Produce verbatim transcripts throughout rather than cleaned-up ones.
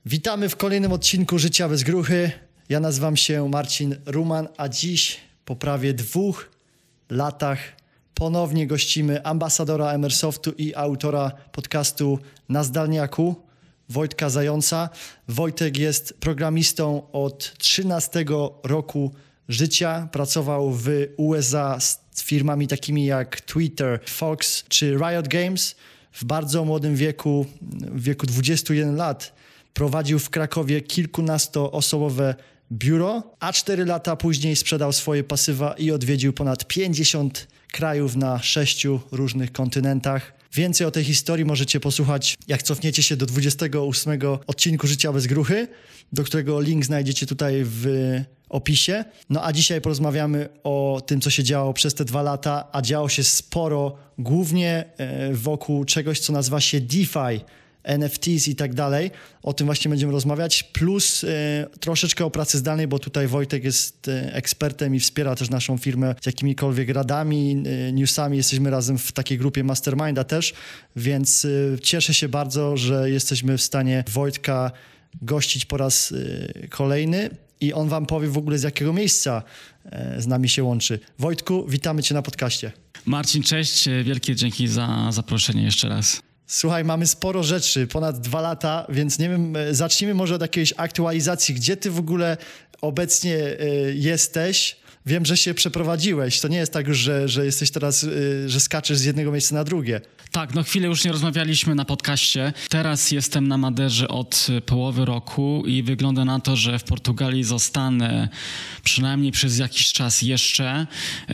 Witamy w kolejnym odcinku Życia bez gruchy. Ja nazywam się Marcin Ruman, a dziś po prawie dwóch latach ponownie gościmy ambasadora Emersoftu i autora podcastu Na Zdalniaku, Wojtka Zająca. Wojtek jest programistą od trzynastego roku życia. Pracował w U S A z firmami takimi jak Twitter, Fox czy Riot Games. W bardzo młodym wieku, w wieku dwudziestu jeden lat, prowadził w Krakowie kilkunastoosobowe biuro, a cztery lata później sprzedał swoje pasywa i odwiedził ponad pięćdziesiąt krajów na sześciu różnych kontynentach. Więcej o tej historii możecie posłuchać, jak cofniecie się do dwudziestego ósmego odcinku Życia bez gruchy, do którego link znajdziecie tutaj w opisie. No a dzisiaj porozmawiamy o tym, co się działo przez te dwa lata, a działo się sporo, głównie wokół czegoś, co nazywa się DeFi, N F Ts i tak dalej. O tym właśnie będziemy rozmawiać, plus y, troszeczkę o pracy zdalnej, bo tutaj Wojtek jest y, ekspertem i wspiera też naszą firmę z jakimikolwiek radami, y, newsami. Jesteśmy razem w takiej grupie Masterminda też, więc y, cieszę się bardzo, że jesteśmy w stanie Wojtka gościć po raz y, kolejny i on wam powie w ogóle, z jakiego miejsca y, z nami się łączy. Wojtku, witamy cię na podcaście. Marcin, cześć. Wielkie dzięki za zaproszenie jeszcze raz. Słuchaj, mamy sporo rzeczy, ponad dwa lata, więc nie wiem, zacznijmy może od jakiejś aktualizacji. Gdzie ty w ogóle obecnie y, jesteś? Wiem, że się przeprowadziłeś. To nie jest tak, że, że jesteś teraz, y, że skaczesz z jednego miejsca na drugie. Tak, no chwilę już nie rozmawialiśmy na podcaście. Teraz jestem na Maderze od połowy roku i wygląda na to, że w Portugalii zostanę przynajmniej przez jakiś czas jeszcze.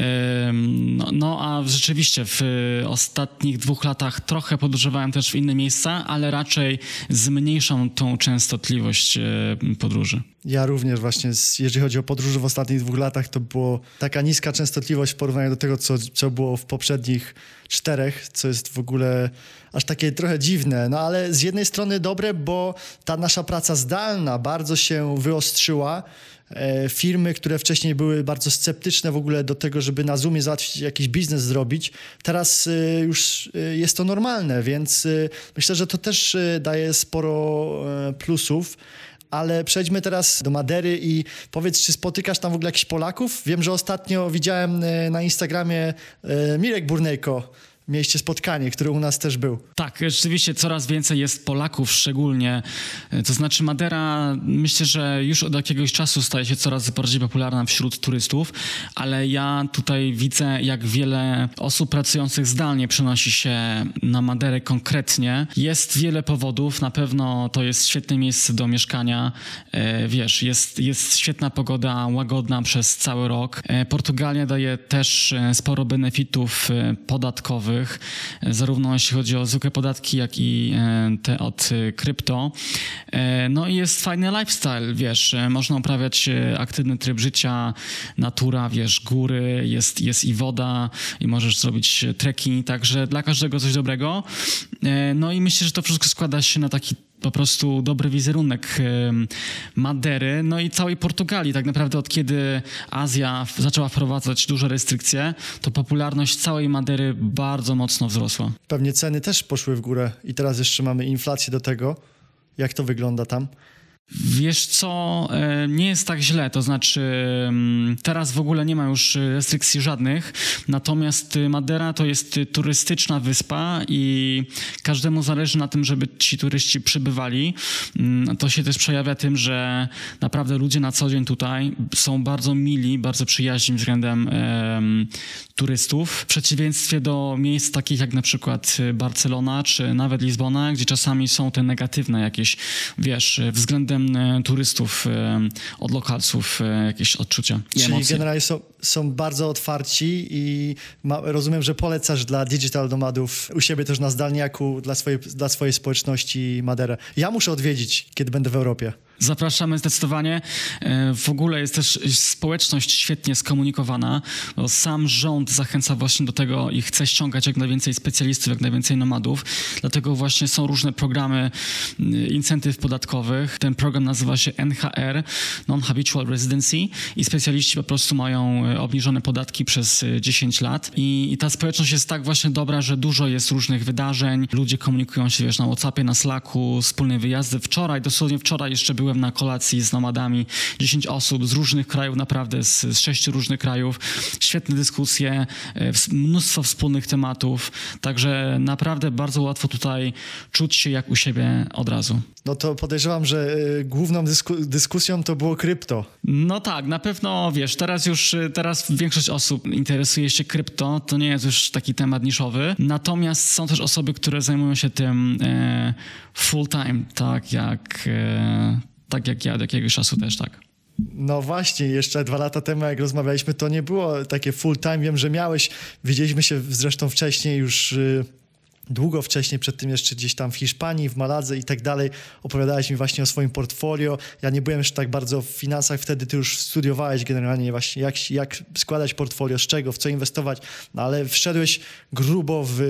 No, no a rzeczywiście w ostatnich dwóch latach trochę podróżowałem też w inne miejsca, ale raczej zmniejszam tą częstotliwość podróży. Ja również właśnie, jeżeli chodzi o podróże w ostatnich dwóch latach, to było taka niska częstotliwość w porównaniu do tego, co, co było w poprzednich czterech, co jest w ogóle aż takie trochę dziwne. No ale z jednej strony dobre, bo ta nasza praca zdalna bardzo się wyostrzyła. E, firmy, które wcześniej były bardzo sceptyczne w ogóle do tego, żeby na Zoomie załatwić jakiś biznes zrobić, teraz e, już e, jest to normalne, więc e, myślę, że to też e, daje sporo e, plusów. Ale przejdźmy teraz do Madery i powiedz, czy spotykasz tam w ogóle jakichś Polaków? Wiem, że ostatnio widziałem na Instagramie Mirek Burnejko. Mieliście spotkanie, które u nas też był. Tak, rzeczywiście coraz więcej jest Polaków szczególnie. To znaczy Madera, myślę, że już od jakiegoś czasu staje się coraz bardziej popularna wśród turystów, ale ja tutaj widzę, jak wiele osób pracujących zdalnie przenosi się na Maderę konkretnie. Jest wiele powodów, na pewno to jest świetne miejsce do mieszkania. Wiesz, jest, jest świetna pogoda, łagodna przez cały rok. Portugalia daje też sporo benefitów podatkowych, zarówno jeśli chodzi o zwykłe podatki, jak i te od krypto. No i jest fajny lifestyle, wiesz, można uprawiać aktywny tryb życia, natura, wiesz, góry, jest, jest i woda i możesz zrobić trekking, także dla każdego coś dobrego. No i myślę, że to wszystko składa się na taki po prostu dobry wizerunek Madery, no i całej Portugalii. Tak naprawdę od kiedy Azja zaczęła wprowadzać duże restrykcje, to popularność całej Madery bardzo mocno wzrosła. Pewnie ceny też poszły w górę i teraz jeszcze mamy inflację do tego. Jak to wygląda tam? Wiesz co, nie jest tak źle, to znaczy teraz w ogóle nie ma już restrykcji żadnych, natomiast Madera to jest turystyczna wyspa i każdemu zależy na tym, żeby ci turyści przybywali. To się też przejawia tym, że naprawdę ludzie na co dzień tutaj są bardzo mili, bardzo przyjaźni względem um, turystów, w przeciwieństwie do miejsc takich jak na przykład Barcelona czy nawet Lizbona, gdzie czasami są te negatywne jakieś, wiesz, względem turystów, od lokalców jakieś odczucia i Czyli emocje. generalnie są, są bardzo otwarci i ma, rozumiem, że polecasz dla digital nomadów u siebie też na Zdalniaku, dla swojej, dla swojej społeczności Maderę. Ja muszę odwiedzić, kiedy będę w Europie. Zapraszamy zdecydowanie. W ogóle jest też społeczność świetnie skomunikowana. Bo sam rząd zachęca właśnie do tego i chce ściągać jak najwięcej specjalistów, jak najwięcej nomadów. Dlatego właśnie są różne programy incentyw podatkowych. Ten program nazywa się N H R, Non-Habitual Residency i specjaliści po prostu mają obniżone podatki przez dziesięć lat. I, i ta społeczność jest tak właśnie dobra, że dużo jest różnych wydarzeń. Ludzie komunikują się, wiesz, na WhatsAppie, na Slacku, wspólne wyjazdy. Wczoraj, dosłownie wczoraj jeszcze byłem na kolacji z nomadami. dziesięć osób z różnych krajów, naprawdę z, z sześciu różnych krajów. Świetne dyskusje, mnóstwo wspólnych tematów. Także naprawdę bardzo łatwo tutaj czuć się jak u siebie od razu. No to podejrzewam, że y, główną dysku- dyskusją to było krypto. No tak, na pewno, wiesz, teraz już, teraz większość osób interesuje się krypto, to nie jest już taki temat niszowy, natomiast są też osoby, które zajmują się tym e, full time, tak jak, e, tak jak ja od jakiegoś czasu też, tak. No właśnie, jeszcze dwa lata temu, jak rozmawialiśmy, to nie było takie full time. Wiem, że miałeś, widzieliśmy się zresztą wcześniej już... Y- Długo wcześniej, przed tym jeszcze gdzieś tam w Hiszpanii, w Maladze i tak dalej, opowiadałeś mi właśnie o swoim portfolio. Ja nie byłem jeszcze tak bardzo w finansach, wtedy ty już studiowałeś generalnie właśnie jak, jak składać portfolio, z czego, w co inwestować, no ale wszedłeś grubo w,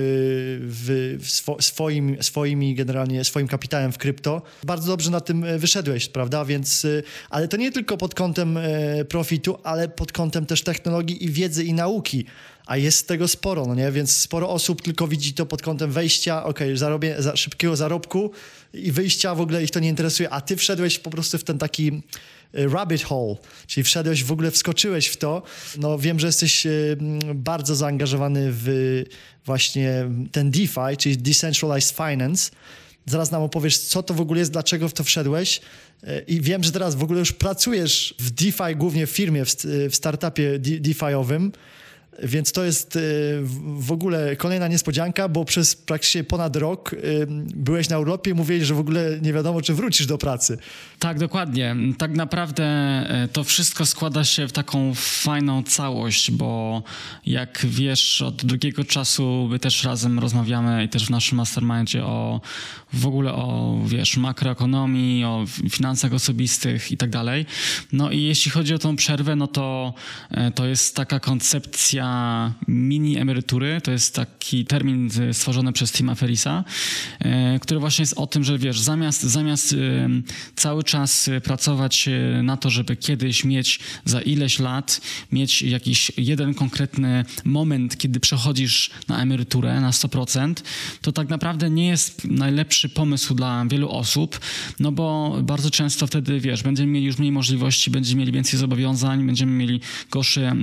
w, w swo, swoim, swoimi generalnie, swoim kapitałem w krypto. Bardzo dobrze na tym wyszedłeś, prawda? Więc, ale to nie tylko pod kątem profitu, ale pod kątem też technologii i wiedzy i nauki. A jest tego sporo, no nie? Więc sporo osób tylko widzi to pod kątem wejścia, okej, okay, zarobię za szybkiego zarobku i wyjścia w ogóle ich to nie interesuje, a ty wszedłeś po prostu w ten taki rabbit hole, czyli wszedłeś, w ogóle wskoczyłeś w to. No wiem, że jesteś bardzo zaangażowany w właśnie ten DeFi, czyli Decentralized Finance. Zaraz nam opowiesz, co to w ogóle jest, dlaczego w to wszedłeś. I wiem, że teraz w ogóle już pracujesz w DeFi, głównie w firmie, w startupie DeFiowym. Więc to jest w ogóle kolejna niespodzianka, bo przez praktycznie ponad rok byłeś na urlopie i mówiłeś, że w ogóle nie wiadomo, czy wrócisz do pracy. Tak, dokładnie. Tak naprawdę to wszystko składa się w taką fajną całość, bo jak wiesz, od długiego czasu my też razem rozmawiamy i też w naszym mastermindzie o w ogóle o, wiesz, makroekonomii, o finansach osobistych i tak dalej. No i jeśli chodzi o tą przerwę, no to to jest taka koncepcja mini emerytury, to jest taki termin stworzony przez Tima Ferrisa, który właśnie jest o tym, że wiesz, zamiast, zamiast cały czas pracować na to, żeby kiedyś mieć za ileś lat, mieć jakiś jeden konkretny moment, kiedy przechodzisz na emeryturę na sto procent, to tak naprawdę nie jest najlepszy pomysł dla wielu osób, no bo bardzo często wtedy, wiesz, będziemy mieli już mniej możliwości, będziemy mieli więcej zobowiązań, będziemy mieli gorsze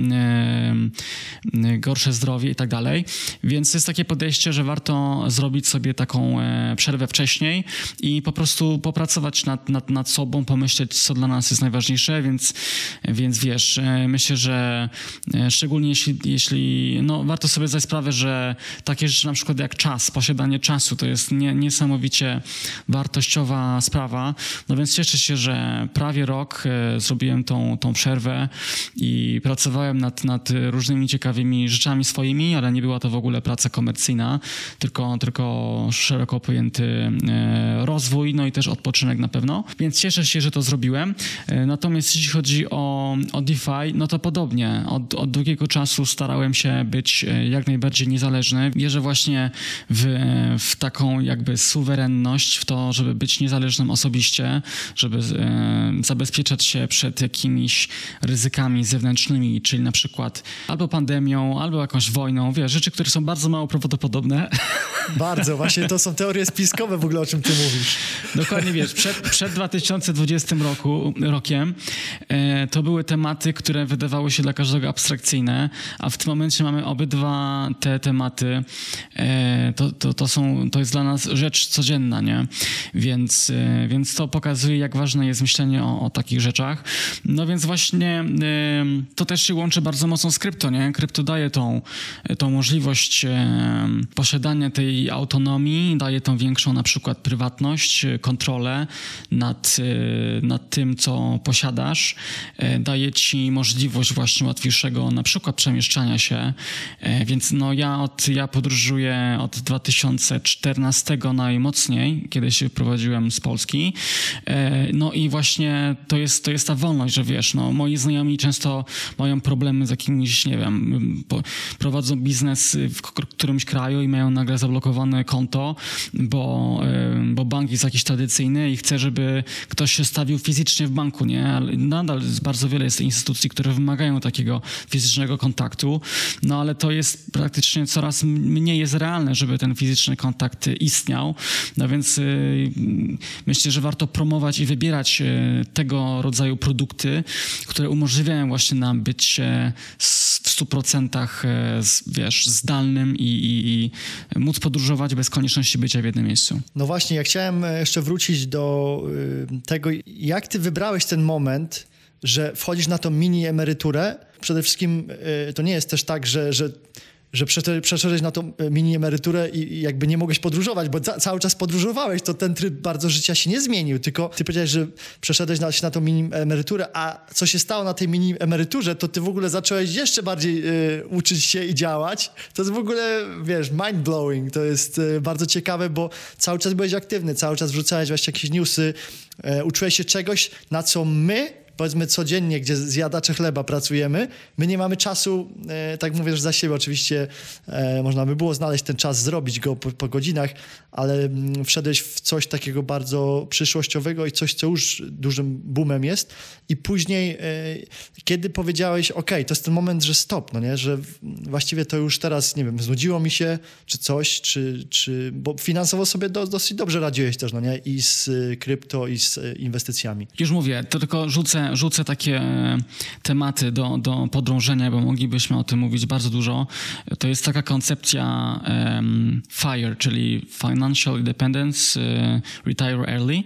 gorsze zdrowie i tak dalej. Więc jest takie podejście, że warto zrobić sobie taką e, przerwę wcześniej i po prostu popracować nad, nad, nad sobą, pomyśleć, co dla nas jest najważniejsze, więc, więc wiesz, e, myślę, że e, szczególnie jeśli, jeśli no, warto sobie zdać sprawę, że takie rzeczy na przykład jak czas, posiadanie czasu, to jest nie, niesamowicie wartościowa sprawa. No więc cieszę się, że prawie rok e, zrobiłem tą, tą przerwę i pracowałem nad, nad różnymi ciekawymi rzeczami swoimi, ale nie była to w ogóle praca komercyjna, tylko, tylko szeroko pojęty e, rozwój, no i też odpoczynek na pewno. Więc cieszę się, że to zrobiłem. E, natomiast jeśli chodzi o, o DeFi, no to podobnie. Od, od długiego czasu starałem się być jak najbardziej niezależny. Wierzę właśnie w, w taką jakby suwerenność, w to, żeby być niezależnym osobiście, żeby e, zabezpieczać się przed jakimiś ryzykami zewnętrznymi, czyli na przykład albo pandemią, albo jakąś wojną, wiesz, rzeczy, które są bardzo mało prawdopodobne. Bardzo, właśnie to są teorie spiskowe w ogóle, o czym ty mówisz. Dokładnie, wiesz, przed, przed dwa tysiące dwudziestym roku, rokiem e, to były tematy, które wydawały się dla każdego abstrakcyjne, a w tym momencie mamy obydwa te tematy, e, to, to, to, są, to jest dla nas rzecz codzienna, nie? Więc, e, więc to pokazuje, jak ważne jest myślenie o, o takich rzeczach. No więc właśnie e, to też się łączy bardzo mocno z krypto, nie? krypto daje tą, tą możliwość posiadania tej autonomii, daje tą większą na przykład prywatność, kontrolę nad, nad tym, co posiadasz, daje ci możliwość właśnie łatwiejszego na przykład przemieszczania się, więc no ja, od, ja podróżuję od dwa tysiące czternastego najmocniej, kiedy się wyprowadziłem z Polski, no i właśnie to jest, to jest ta wolność, że wiesz, no moi znajomi często mają problemy z jakimiś, nie wiem, prowadzą biznes w którymś kraju i mają nagle zablokowane konto, bo, bo bank jest jakiś tradycyjny i chce, żeby ktoś się stawił fizycznie w banku, nie? Ale nadal bardzo wiele jest instytucji, które wymagają takiego fizycznego kontaktu, no ale to jest praktycznie coraz mniej jest realne, żeby ten fizyczny kontakt istniał, no więc y, myślę, że warto promować i wybierać y, tego rodzaju produkty, które umożliwiają właśnie nam być y, w stu procentach, y, wiesz, zdalnym i, i, i móc podróżować bez konieczności bycia w jednym miejscu. No właśnie, ja chciałem jeszcze wrócić do y, tego, jak ty wybrałeś ten moment, że wchodzisz na tą mini emeryturę. Przede wszystkim y, to nie jest też tak, że, że, że przeszedłeś na tą mini emeryturę i, i jakby nie mogłeś podróżować, bo ca- cały czas podróżowałeś, to ten tryb bardzo życia się nie zmienił, tylko ty powiedziałeś, że przeszedłeś na, na tą mini emeryturę, a co się stało na tej mini emeryturze, to ty w ogóle zacząłeś jeszcze bardziej y, uczyć się i działać. To jest w ogóle, wiesz, mind-blowing, to jest y, bardzo ciekawe, bo cały czas byłeś aktywny, cały czas wrzucałeś właśnie jakieś newsy, y, uczyłeś się czegoś, na co my powiedzmy codziennie, gdzie zjadacze chleba pracujemy, my nie mamy czasu, e, tak mówisz za siebie, oczywiście e, można by było znaleźć ten czas, zrobić go po, po godzinach, ale m, wszedłeś w coś takiego bardzo przyszłościowego i coś, co już dużym boomem jest i później, e, kiedy powiedziałeś, ok, to jest ten moment, że stop, no nie, że właściwie to już teraz, nie wiem, znudziło mi się, czy coś, czy, czy bo finansowo sobie do, dosyć dobrze radziłeś też, no nie, i z krypto, i z inwestycjami. Już mówię, to tylko rzucę Rzucę takie tematy do, do podrążenia, bo moglibyśmy o tym mówić bardzo dużo. To jest taka koncepcja um, FIRE, czyli Financial Independence, uh, Retire Early.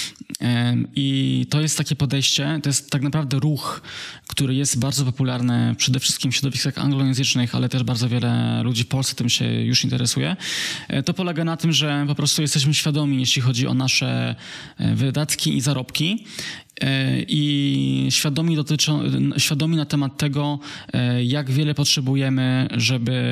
Um, I to jest takie podejście, to jest tak naprawdę ruch, który jest bardzo popularny przede wszystkim w środowiskach anglojęzycznych, ale też bardzo wiele ludzi w Polsce tym się już interesuje. To polega na tym, że po prostu jesteśmy świadomi, jeśli chodzi o nasze wydatki i zarobki, i świadomi, dotyczą, świadomi na temat tego, jak wiele potrzebujemy, żeby,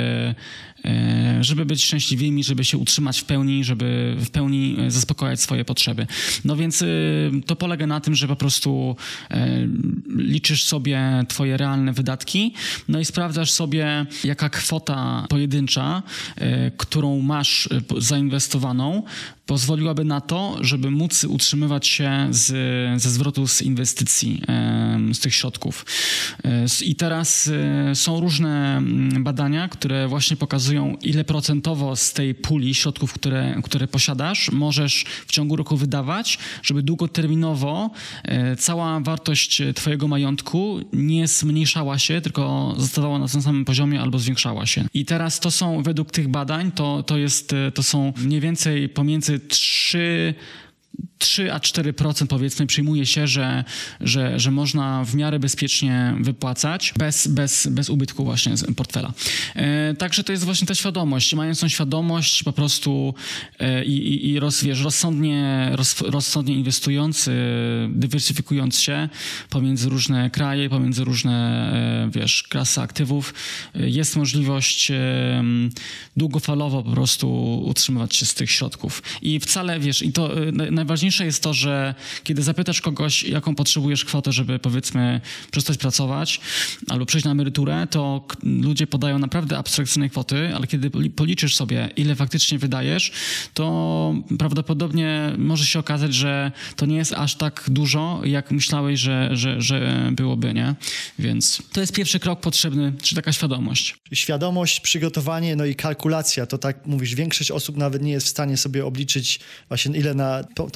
żeby być szczęśliwymi, żeby się utrzymać w pełni, żeby w pełni zaspokojać swoje potrzeby. No więc to polega na tym, że po prostu liczysz sobie twoje realne wydatki, no i sprawdzasz sobie, jaka kwota pojedyncza, którą masz zainwestowaną, pozwoliłaby na to, żeby móc utrzymywać się z, ze zwrotu z inwestycji, z tych środków. I teraz są różne badania, które właśnie pokazują, ile procentowo z tej puli środków, które, które posiadasz, możesz w ciągu roku wydawać, żeby długoterminowo cała wartość twojego majątku nie zmniejszała się, tylko zostawała na tym samym poziomie albo zwiększała się. I teraz to są, według tych badań, to, to, jest, to są mniej więcej pomiędzy trzy a cztery procent powiedzmy przyjmuje się, że, że, że można w miarę bezpiecznie wypłacać bez, bez, bez ubytku właśnie z portfela. E, także to jest właśnie ta świadomość. Mając tą świadomość po prostu e, i, i roz, wiesz, rozsądnie, roz, rozsądnie inwestując, e, dywersyfikując się pomiędzy różne kraje, pomiędzy różne e, wiesz, klasy aktywów, e, jest możliwość e, długofalowo po prostu utrzymywać się z tych środków. I wcale, wiesz, i to e, najważniejsze jest to, że kiedy zapytasz kogoś, jaką potrzebujesz kwotę, żeby powiedzmy przestać pracować albo przejść na emeryturę, to k- ludzie podają naprawdę abstrakcyjne kwoty, ale kiedy policzysz sobie, ile faktycznie wydajesz, to prawdopodobnie może się okazać, że to nie jest aż tak dużo, jak myślałeś, że, że, że byłoby, nie? Więc to jest pierwszy krok potrzebny, czy taka świadomość. Świadomość, przygotowanie, no i kalkulacja. To tak mówisz, większość osób nawet nie jest w stanie sobie obliczyć właśnie ile na tą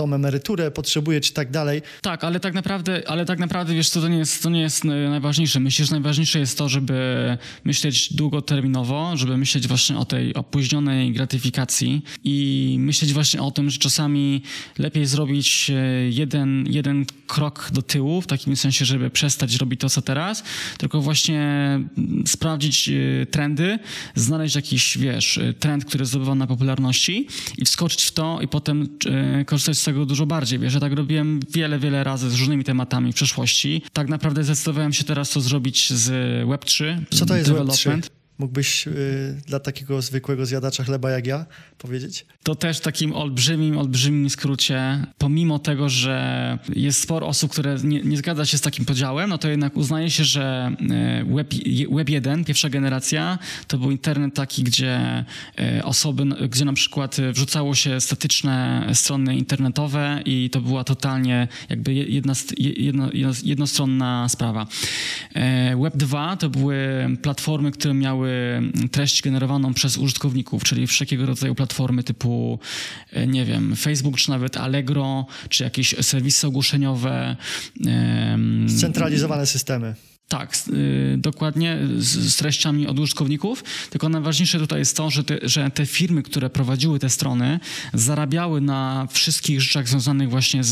tą emeryturę potrzebuje, czy tak dalej. Tak, ale tak naprawdę, ale tak naprawdę wiesz co, to nie jest, to nie jest najważniejsze. Myślę, że najważniejsze jest to, żeby myśleć długoterminowo, żeby myśleć właśnie o tej opóźnionej gratyfikacji i myśleć właśnie o tym, że czasami lepiej zrobić jeden, jeden krok do tyłu, w takim sensie, żeby przestać robić to, co teraz, tylko właśnie sprawdzić trendy, znaleźć jakiś, wiesz, trend, który zdobywa na popularności i wskoczyć w to i potem korzystać z tego dużo bardziej. Wiesz, ja tak robiłem wiele, wiele razy z różnymi tematami w przeszłości. Tak naprawdę zdecydowałem się teraz to zrobić z web trzy. Co to jest web trzy? Mógłbyś y, dla takiego zwykłego zjadacza chleba jak ja powiedzieć? To też w takim olbrzymim, olbrzymim skrócie. Pomimo tego, że jest sporo osób, które nie, nie zgadza się z takim podziałem, no to jednak uznaje się, że web, web jeden, pierwsza generacja, to był internet taki, gdzie osoby, gdzie na przykład wrzucało się statyczne strony internetowe i to była totalnie jakby jedna, jedno, jednostronna sprawa. web dwa to były platformy, które miały treść generowaną przez użytkowników, czyli wszelkiego rodzaju platformy typu, nie wiem, Facebook, czy nawet Allegro, czy jakieś serwisy ogłoszeniowe. Scentralizowane systemy. Tak, y, dokładnie, z, z treściami od użytkowników, tylko najważniejsze tutaj jest to, że te, że te firmy, które prowadziły te strony, zarabiały na wszystkich rzeczach związanych właśnie z,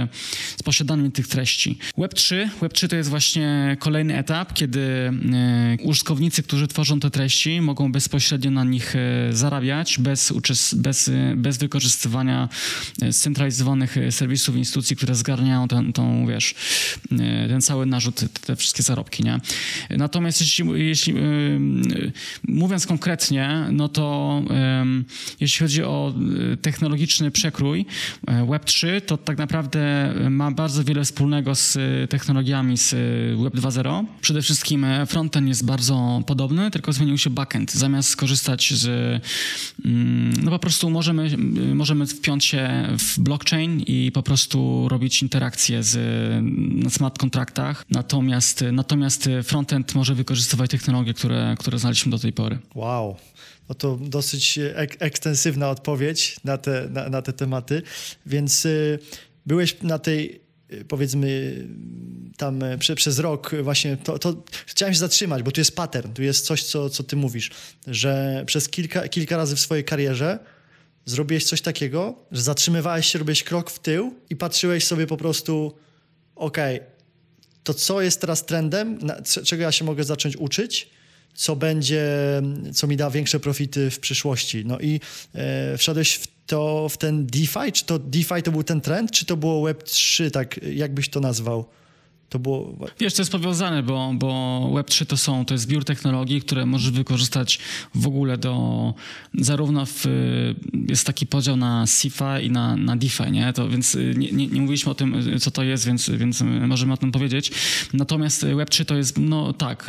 z posiadaniem tych treści. web trzy, web trzy to jest właśnie kolejny etap, kiedy y, użytkownicy, którzy tworzą te treści, mogą bezpośrednio na nich y, zarabiać bez, uczes- bez, y, bez wykorzystywania scentralizowanych serwisów, instytucji, które zgarniają ten, tą, wiesz, y, ten cały narzut, te, te wszystkie zarobki. Nie? Natomiast jeśli, jeśli yy, mówiąc konkretnie, no to yy, jeśli chodzi o technologiczny przekrój web trzy, to tak naprawdę ma bardzo wiele wspólnego z technologiami z web dwa zero. Przede wszystkim frontend jest bardzo podobny, tylko zmienił się backend. Zamiast skorzystać z yy, no po prostu możemy, możemy wpiąć się w blockchain i po prostu robić interakcje z, na smart kontraktach. Natomiast, natomiast Natomiast frontend może wykorzystywać technologie, które, które znaliśmy do tej pory. Wow, no to dosyć ek- ekstensywna odpowiedź na te, na, na te tematy, więc y, byłeś na tej, y, powiedzmy, tam y, prze, przez rok właśnie, to, to chciałem się zatrzymać, bo tu jest pattern, tu jest coś, co, co ty mówisz, że przez kilka, kilka razy w swojej karierze zrobiłeś coś takiego, że zatrzymywałeś się, robiłeś krok w tył i patrzyłeś sobie po prostu, okej, okay, to co jest teraz trendem, na, c- czego ja się mogę zacząć uczyć, co będzie, co mi da większe profity w przyszłości. No i e, wszedłeś w to, w ten DeFi, czy to DeFi to był ten trend, czy to było web trzy, tak jak byś to nazwał? To było... Wiesz, to jest powiązane, bo, bo web trzy to są, to jest zbiór technologii, które możesz wykorzystać w ogóle do, zarówno w, jest taki podział na C F A i na, na DeFi, nie? To więc nie, nie, nie mówiliśmy o tym, co to jest, więc, więc możemy o tym powiedzieć. Natomiast web trzy to jest, no tak,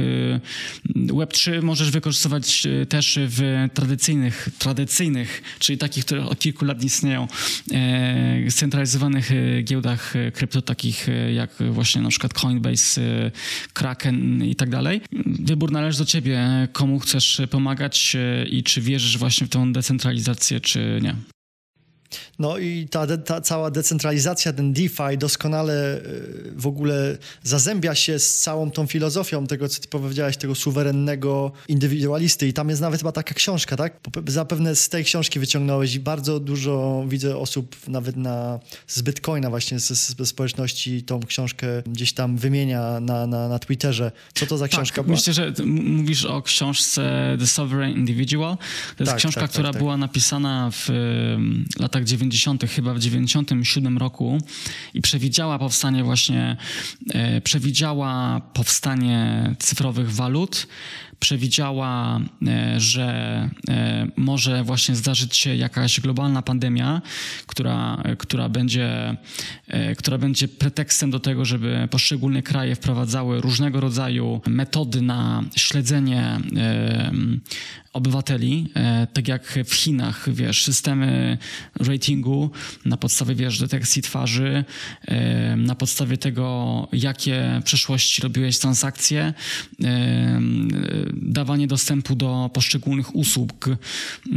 web trzy możesz wykorzystywać też w tradycyjnych, tradycyjnych, czyli takich, które od kilku lat istnieją, scentralizowanych giełdach krypto, takich jak właśnie na przykład Coinbase, Kraken i tak dalej. Wybór należy do ciebie, komu chcesz pomagać i czy wierzysz właśnie w tą decentralizację, czy nie. No i ta, ta cała decentralizacja, ten DeFi doskonale w ogóle zazębia się z całą tą filozofią tego, co ty powiedziałeś, tego suwerennego indywidualisty. I tam jest nawet chyba taka książka, tak? Zapewne z tej książki wyciągnąłeś i bardzo dużo, widzę, osób nawet na, z Bitcoina właśnie, z, z społeczności tą książkę gdzieś tam wymienia na, na, na Twitterze. Co to za książka tak, była? Myślę, że mówisz o książce The Sovereign Individual. To jest tak, książka, tak, która tak, tak. była napisana w latach dziewięćdziesiątych, chyba w dziewięćdziesiątym siódmym roku i przewidziała powstanie właśnie, e, przewidziała powstanie cyfrowych walut, przewidziała, e, że e, może właśnie zdarzyć się jakaś globalna pandemia, która, która, będzie, e, która będzie pretekstem do tego, żeby poszczególne kraje wprowadzały różnego rodzaju metody na śledzenie e, obywateli, e, tak jak w Chinach, wiesz, systemy ratingu na podstawie, wiesz, detekcji twarzy, e, na podstawie tego, jakie w przeszłości robiłeś transakcje, e, dawanie dostępu do poszczególnych usług y,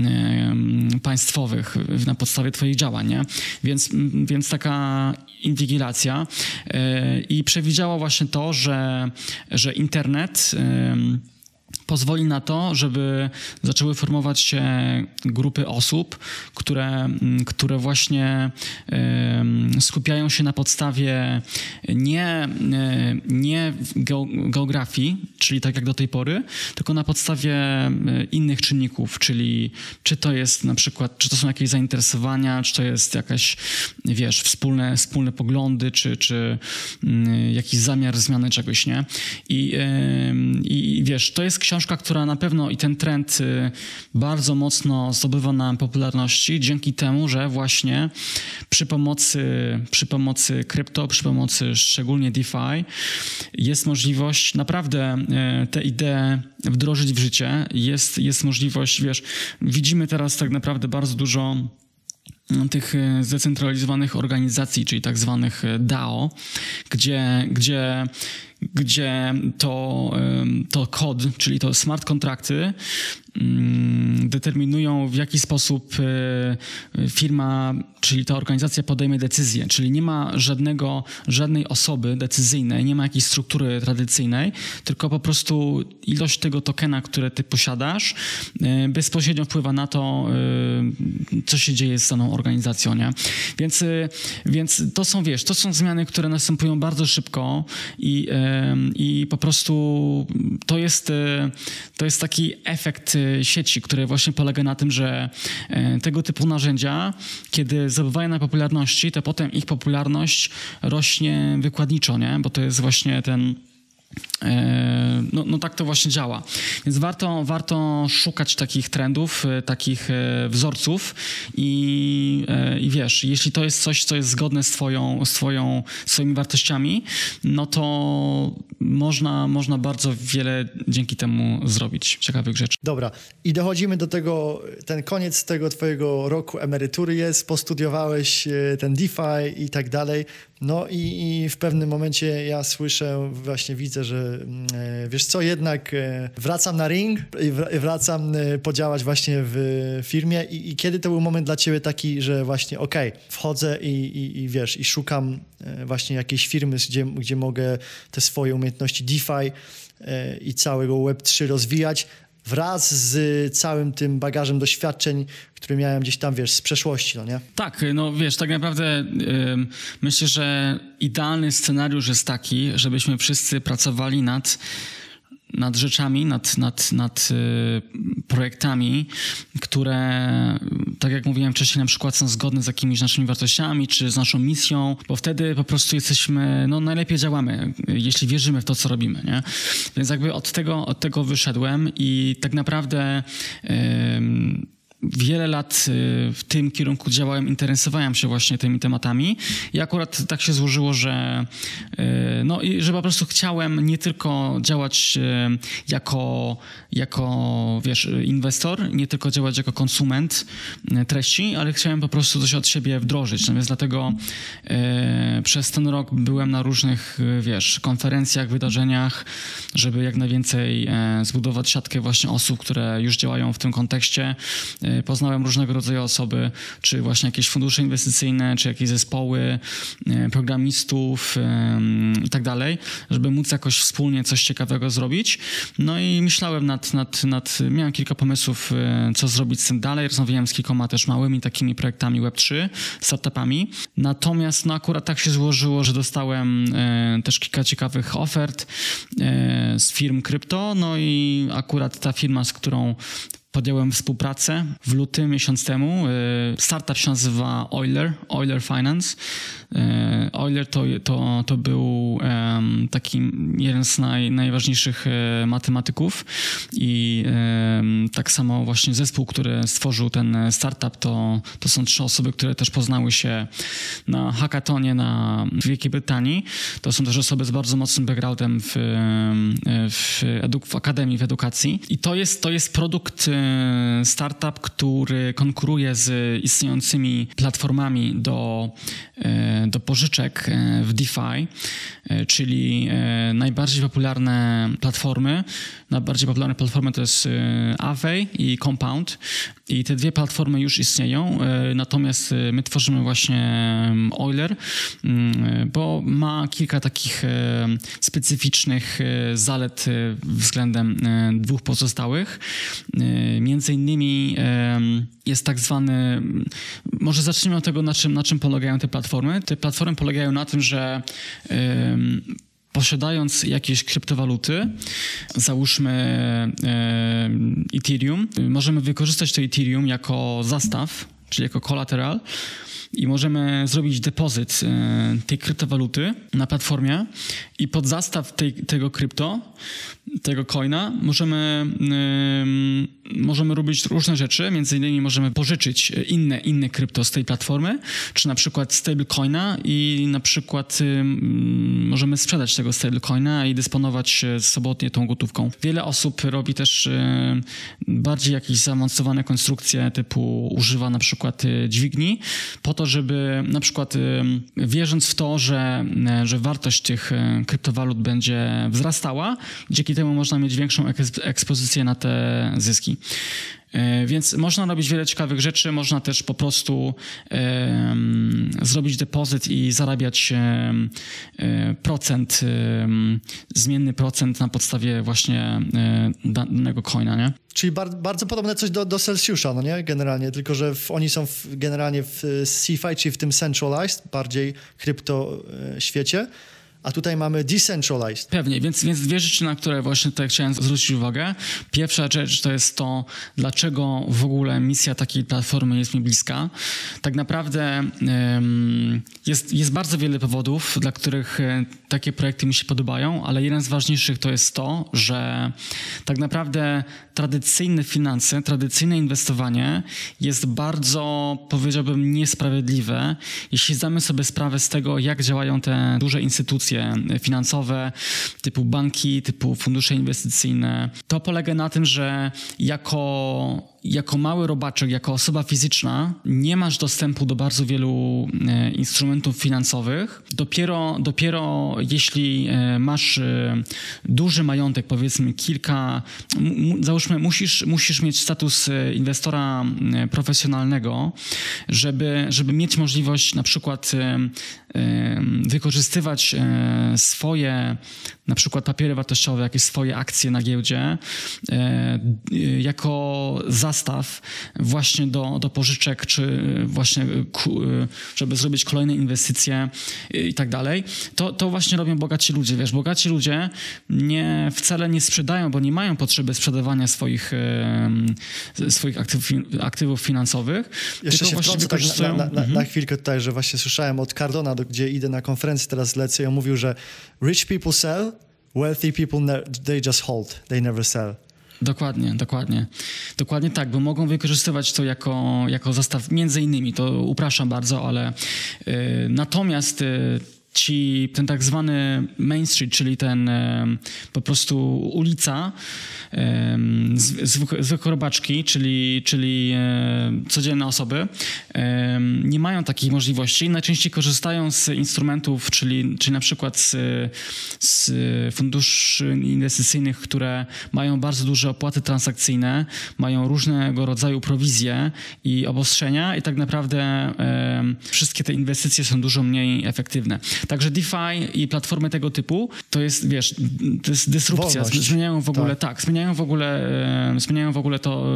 państwowych na podstawie twoich działań, nie? Więc, więc taka inwigilacja y, i przewidziała właśnie to, że, że internet y, pozwoli na to, żeby zaczęły formować się grupy osób, które, które właśnie skupiają się na podstawie nie, nie geografii, czyli tak jak do tej pory, tylko na podstawie innych czynników, czyli czy to jest na przykład, czy to są jakieś zainteresowania, czy to jest jakaś, wiesz, wspólne, wspólne poglądy, czy, czy jakiś zamiar zmiany czegoś, nie? I, i wiesz, to jest książka, która na pewno i ten trend bardzo mocno zdobywa na popularności dzięki temu, że właśnie przy pomocy, przy pomocy krypto, przy pomocy szczególnie DeFi jest możliwość naprawdę tę ideę wdrożyć w życie. Jest, jest możliwość, wiesz, widzimy teraz tak naprawdę bardzo dużo tych zdecentralizowanych organizacji, czyli tak zwanych D A O, gdzie, gdzie gdzie to, to kod, czyli to smart kontrakty determinują, w jaki sposób firma, czyli ta organizacja podejmie decyzję, czyli nie ma żadnego, żadnej osoby decyzyjnej, nie ma jakiejś struktury tradycyjnej, tylko po prostu ilość tego tokena, które ty posiadasz, bezpośrednio wpływa na to, co się dzieje z daną organizacją, nie? Więc, więc to są, wiesz, to są zmiany, które następują bardzo szybko i I po prostu to jest, to jest taki efekt sieci, który właśnie polega na tym, że tego typu narzędzia, kiedy zdobywają na popularności, to potem ich popularność rośnie wykładniczo, nie? Bo to jest właśnie ten... No, no tak to właśnie działa. Więc warto, warto szukać takich trendów, takich wzorców i, i wiesz, jeśli to jest coś, co jest zgodne z twoją, z twoją, swoimi wartościami, no to można, można bardzo wiele dzięki temu zrobić ciekawych rzeczy. Dobra. I dochodzimy do tego, ten koniec tego twojego roku emerytury jest, postudiowałeś ten DeFi i tak dalej. No i, i w pewnym momencie ja słyszę, właśnie widzę, że e, wiesz co, jednak e, wracam na ring i wr- wracam e, podziałać właśnie w firmie i, i kiedy to był moment dla ciebie taki, że właśnie okej, okay, wchodzę i, i, i wiesz, i szukam e, właśnie jakiejś firmy, gdzie, gdzie mogę te swoje umiejętności DeFi e, i całego web trzy rozwijać, wraz z całym tym bagażem doświadczeń, który miałem gdzieś tam, wiesz, z przeszłości, no nie? Tak, no wiesz, tak naprawdę yy, myślę, że idealny scenariusz jest taki, żebyśmy wszyscy pracowali nad nad rzeczami, nad, nad, nad y, projektami, które, tak jak mówiłem wcześniej, na przykład są zgodne z jakimiś naszymi wartościami, czy z naszą misją, bo wtedy po prostu jesteśmy, no najlepiej działamy, jeśli wierzymy w to, co robimy, nie? Więc jakby od tego, od tego wyszedłem i tak naprawdę y, wiele lat w tym kierunku działałem, interesowałem się właśnie tymi tematami i akurat tak się złożyło, że no i że po prostu chciałem nie tylko działać jako, jako wiesz, inwestor, nie tylko działać jako konsument treści, ale chciałem po prostu coś od siebie wdrożyć. No więc dlatego e, przez ten rok byłem na różnych, wiesz, konferencjach, wydarzeniach, żeby jak najwięcej e, zbudować siatkę właśnie osób, które już działają w tym kontekście. Poznałem różnego rodzaju osoby, czy właśnie jakieś fundusze inwestycyjne, czy jakieś zespoły programistów i tak dalej, żeby móc jakoś wspólnie coś ciekawego zrobić. No i myślałem nad, nad, nad miałem kilka pomysłów, co zrobić z tym dalej. Rozmawiałem z kilkoma też małymi takimi projektami web trzy, startupami. Natomiast no akurat tak się złożyło, że dostałem też kilka ciekawych ofert z firm krypto, no i akurat ta firma, z którą podjąłem współpracę w lutym, miesiąc temu. Startup się nazywa Euler, Euler Finance. Euler to, to, to był um, taki jeden z naj, najważniejszych matematyków i um, tak samo właśnie zespół, który stworzył ten startup, to, to są trzy osoby, które też poznały się na hackatonie na, w Wielkiej Brytanii. To są też osoby z bardzo mocnym backgroundem w, w, eduk- w akademii, w edukacji. I to jest, to jest produkt startup, który konkuruje z istniejącymi platformami do, do pożyczek w DeFi, czyli najbardziej popularne platformy. Najbardziej popularne platformy to jest Aave i Compound i te dwie platformy już istnieją, natomiast my tworzymy właśnie Euler, bo ma kilka takich specyficznych zalet względem dwóch pozostałych. Między innymi jest tak zwany, może zacznijmy od tego, na czym, na czym polegają te platformy. Te platformy polegają na tym, że posiadając jakieś kryptowaluty, załóżmy e, Ethereum, możemy wykorzystać to Ethereum jako zastaw, czyli jako collateral i możemy zrobić depozyt e, tej kryptowaluty na platformie i pod zastaw tej, tego krypto, tego coina możemy, y, możemy robić różne rzeczy, między innymi możemy pożyczyć inne, inne krypto z tej platformy, czy na przykład stablecoina i na przykład y, możemy sprzedać tego stablecoina i dysponować swobodnie tą gotówką. Wiele osób robi też y, bardziej jakieś zaawansowane konstrukcje typu używa na przykład y, dźwigni po to, żeby na przykład y, wierząc w to, że, y, że wartość tych y, kryptowalut będzie wzrastała, dzięki temu można mieć większą ekspozycję na te zyski. Więc można robić wiele ciekawych rzeczy, można też po prostu e, zrobić depozyt i zarabiać e, procent, e, zmienny procent na podstawie właśnie e, danego coina, nie? Czyli bar- bardzo podobne coś do, do Celsius'a, no nie? Generalnie, tylko że w, oni są w, generalnie w CeFi, czyli w tym centralized, bardziej krypto e, świecie. A tutaj mamy decentralized. Pewnie, więc, więc dwie rzeczy, na które właśnie tutaj chciałem zwrócić uwagę. Pierwsza rzecz to jest to, dlaczego w ogóle misja takiej platformy jest mi bliska. Tak naprawdę um, jest, jest bardzo wiele powodów, dla których takie projekty mi się podobają, ale jeden z ważniejszych to jest to, że tak naprawdę tradycyjne finanse, tradycyjne inwestowanie jest bardzo, powiedziałbym, niesprawiedliwe, jeśli zdamy sobie sprawę z tego, jak działają te duże instytucje finansowe, typu banki, typu fundusze inwestycyjne. To polega na tym, że jako jako mały robaczek, jako osoba fizyczna nie masz dostępu do bardzo wielu e, instrumentów finansowych. Dopiero, dopiero jeśli e, masz e, duży majątek, powiedzmy kilka, m, załóżmy musisz, musisz mieć status e, inwestora e, profesjonalnego, żeby, żeby mieć możliwość na przykład e, e, wykorzystywać e, swoje na przykład papiery wartościowe, jakieś swoje akcje na giełdzie e, jako zastaw właśnie do, do pożyczek, czy właśnie ku, żeby zrobić kolejne inwestycje i tak dalej. To, to właśnie robią bogaci ludzie, wiesz, bogaci ludzie nie, wcale nie sprzedają, bo nie mają potrzeby sprzedawania swoich, e, swoich aktywów, aktywów finansowych. Jeszcze się wtrącę tak na, na, na, mhm. na chwilkę tutaj, że właśnie słyszałem od Cardona, do, gdzie idę na konferencję, teraz lecę i on mówił, że rich people sell, wealthy people, ne- they just hold, they never sell. Dokładnie, dokładnie. Dokładnie tak, bo mogą wykorzystywać to jako, jako zastaw, między innymi, to upraszczam bardzo, ale y, natomiast y, ci, ten tak zwany Main Street, czyli ten y, po prostu ulica, y, zwykłe, zwykłe robaczki, czyli, czyli y, codzienne osoby, y, nie mają takich możliwości. Najczęściej korzystają z instrumentów, czyli, czyli na przykład z, z funduszy inwestycyjnych, które mają bardzo duże opłaty transakcyjne, mają różnego rodzaju prowizje i obostrzenia i tak naprawdę y, wszystkie te inwestycje są dużo mniej efektywne. Także DeFi i platformy tego typu to jest, wiesz, to jest dysrupcja. Wolność. Zmieniają w ogóle, tak, tak zmieniają w ogóle, e, zmieniają w ogóle to,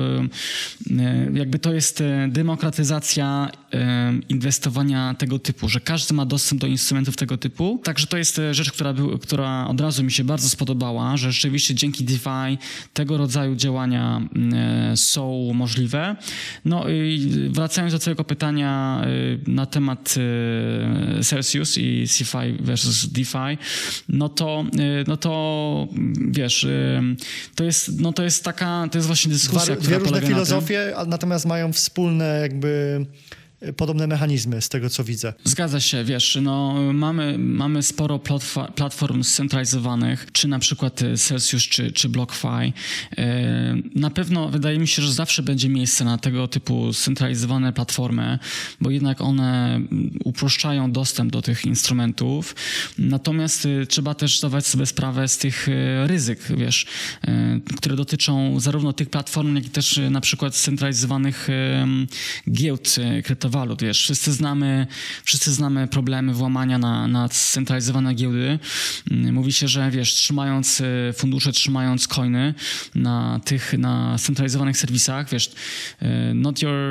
e, jakby to jest demokratyzacja e, inwestowania tego typu, że każdy ma dostęp do instrumentów tego typu. Także to jest rzecz, która, był, która od razu mi się bardzo spodobała, że rzeczywiście dzięki DeFi tego rodzaju działania e, są możliwe. No i wracając do twojego pytania e, na temat e, Celsius i CeFi versus DeFi, no to, no to wiesz, to jest, no to jest taka, to jest właśnie dyskusja, Dwa, która dwie różne polega filozofie, na tym. natomiast mają wspólne jakby podobne mechanizmy z tego, co widzę. Zgadza się, wiesz, no mamy, mamy sporo platform, platform scentralizowanych, czy na przykład Celsius, czy, czy BlockFi. Na pewno wydaje mi się, że zawsze będzie miejsce na tego typu scentralizowane platformy, bo jednak one uproszczają dostęp do tych instrumentów. Natomiast trzeba też zdawać sobie sprawę z tych ryzyk, wiesz, które dotyczą zarówno tych platform, jak i też na przykład scentralizowanych giełd kryptowalut, wiesz. Wszyscy znamy, wszyscy znamy problemy włamania na, na scentralizowane giełdy. Mówi się, że wiesz, trzymając fundusze, trzymając coiny na tych, na scentralizowanych serwisach, wiesz, not your,